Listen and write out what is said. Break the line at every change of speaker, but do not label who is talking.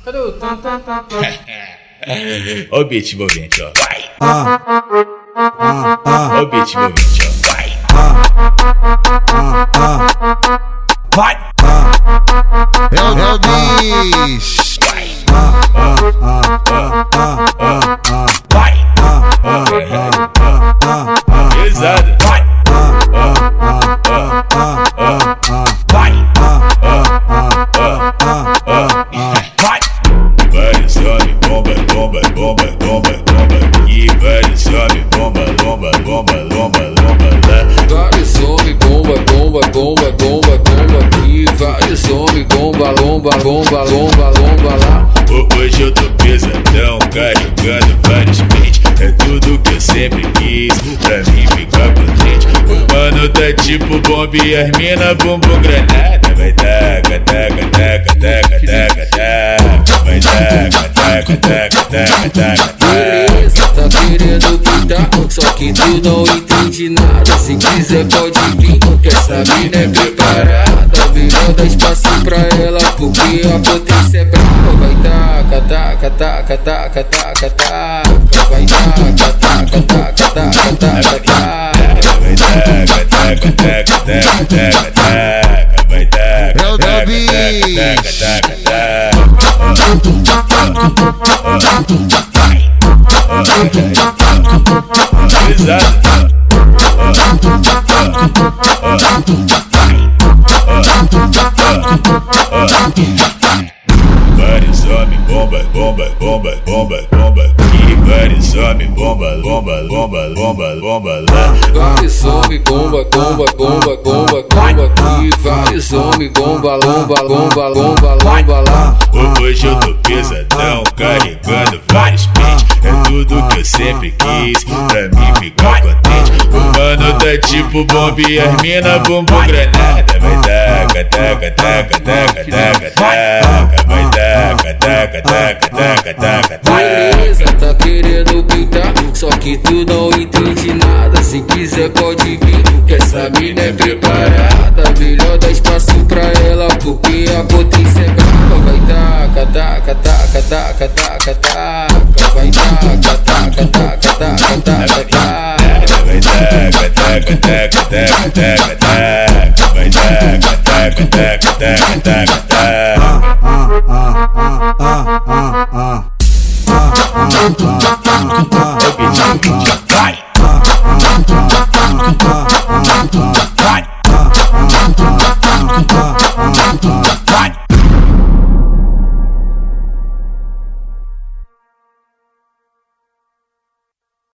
Cadê o
Ó o beat envolvente, ó. Vai. Ó o beat envolvente, ó. Vai.
Vai.
É o bicho.
Vai.
Vai.
Pesado.
Vai. Vai. Vai.
Vários homens, bomba, bomba, bomba, bomba, bomba. E vários homens, bomba, bomba, bomba, bomba, bomba lá.
Vários homens, bomba, bomba, bomba, bomba, bomba aqui. Vários homens, bomba, lomba, bomba, lomba, lomba lá.
Hoje eu tô pesadão, carregando vários pentes. É tudo que eu sempre quis, pra mim ficar contente. O mano tá tipo bomba e as mina bumbum granada. Vai taca, taca, taca, taca, taca, taca. Vai taca, taca, taca, taca, taca, taca.
Beleza, tá querendo pintar, só que tu não entende nada. Se quiser pode vir, porque essa mina é preparada. Melhor dar espaço pra ela, porque a potência é brava. Vai taca, taca, taca, taca, taca, taca. Vai taca, taca, taca, taca, taca, taca.
Vai taca, taca, taca, taca, taca, taca. Vai taca, taca, taca, taca, taca. Pesado. Vários homens, bomba, bomba, bomba, bomba, bomba. E vários homens, bomba, bomba, bomba, bomba, bomba lá.
Vários homens, bomba, bomba, bomba, bomba, bomba aqui. Vários homens, bomba, lomba, lomba, lomba, lomba lá.
Hoje eu tô pesadão, carregando vários pentes. É tudo que eu sempre quis, pra mim ficar contente. O mano tá tipo bomba e as mina bumbum granada. Vai taca, taca, taca, taca, taca, taca. Vai taca, taca, taca, taca, taca, taca.
Beleza, tá querendo pintar, só que tu não entende nada. Se quiser pode vir, que essa mina é preparada. Melhor dar espaço pra ela, porque a potência é brava. Vai taca, taca, taca, taca, taca, taca. Vai taca, taca, taca, taca, taca, taca.
Vai taca, taca, taca, taca, taca, taca. Vai taca, taca, taca, taca, taca, taca.